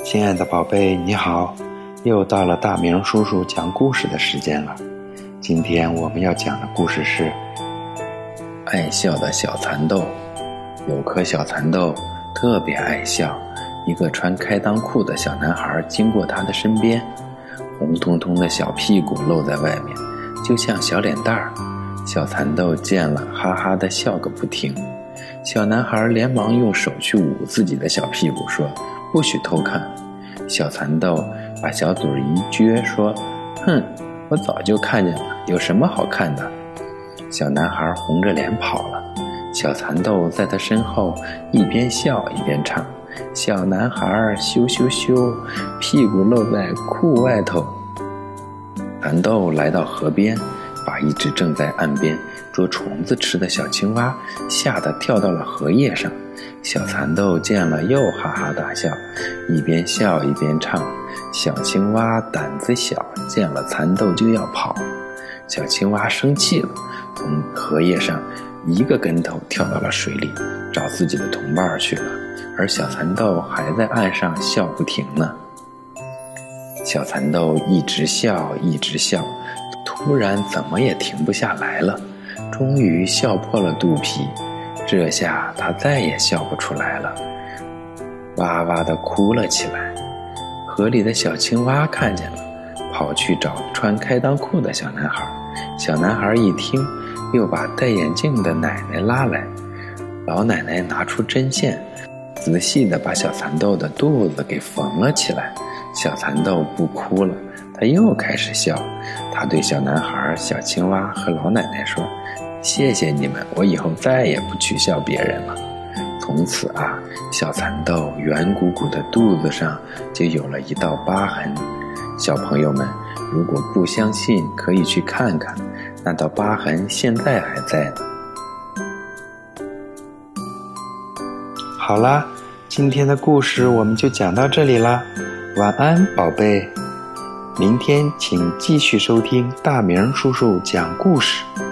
亲爱的宝贝，你好，又到了大明叔叔讲故事的时间了。今天我们要讲的故事是爱笑的小蚕豆。有颗小蚕豆特别爱笑，一个穿开裆裤的小男孩经过他的身边，红彤彤的小屁股露在外面，就像小脸蛋儿。小蚕豆见了，哈哈地笑个不停。小男孩连忙用手去捂自己的小屁股，说：“不许偷看。”小蚕豆把小嘴一撅，说：“哼，我早就看见了，有什么好看的？”小男孩红着脸跑了。小蚕豆在他身后一边笑一边唱：“小男孩羞羞羞，屁股露在裤外头。”蚕豆来到河边，把一只正在岸边捉虫子吃的小青蛙吓得跳到了荷叶上。小蚕豆见了又哈哈大笑，一边笑一边唱：“小青蛙胆子小，见了蚕豆就要跑。”小青蛙生气了，从荷叶上一个跟头跳到了水里，找自己的同伴去了。而小蚕豆还在岸上笑不停呢。小蚕豆一直笑一直笑，突然怎么也停不下来了，终于笑破了肚皮。这下他再也笑不出来了，哇哇地哭了起来。河里的小青蛙看见了，跑去找穿开裆裤的小男孩。小男孩一听，又把戴眼镜的奶奶拉来。老奶奶拿出针线，仔细地把小蚕豆的肚子给缝了起来。小蚕豆不哭了，他又开始笑。他对小男孩、小青蛙和老奶奶说：“谢谢你们，我以后再也不取笑别人了。”从此啊，小蚕豆圆鼓鼓的肚子上就有了一道疤痕。小朋友们，如果不相信，可以去看看，那道疤痕现在还在呢。好啦，今天的故事我们就讲到这里啦，晚安，宝贝。明天请继续收听大明叔叔讲故事。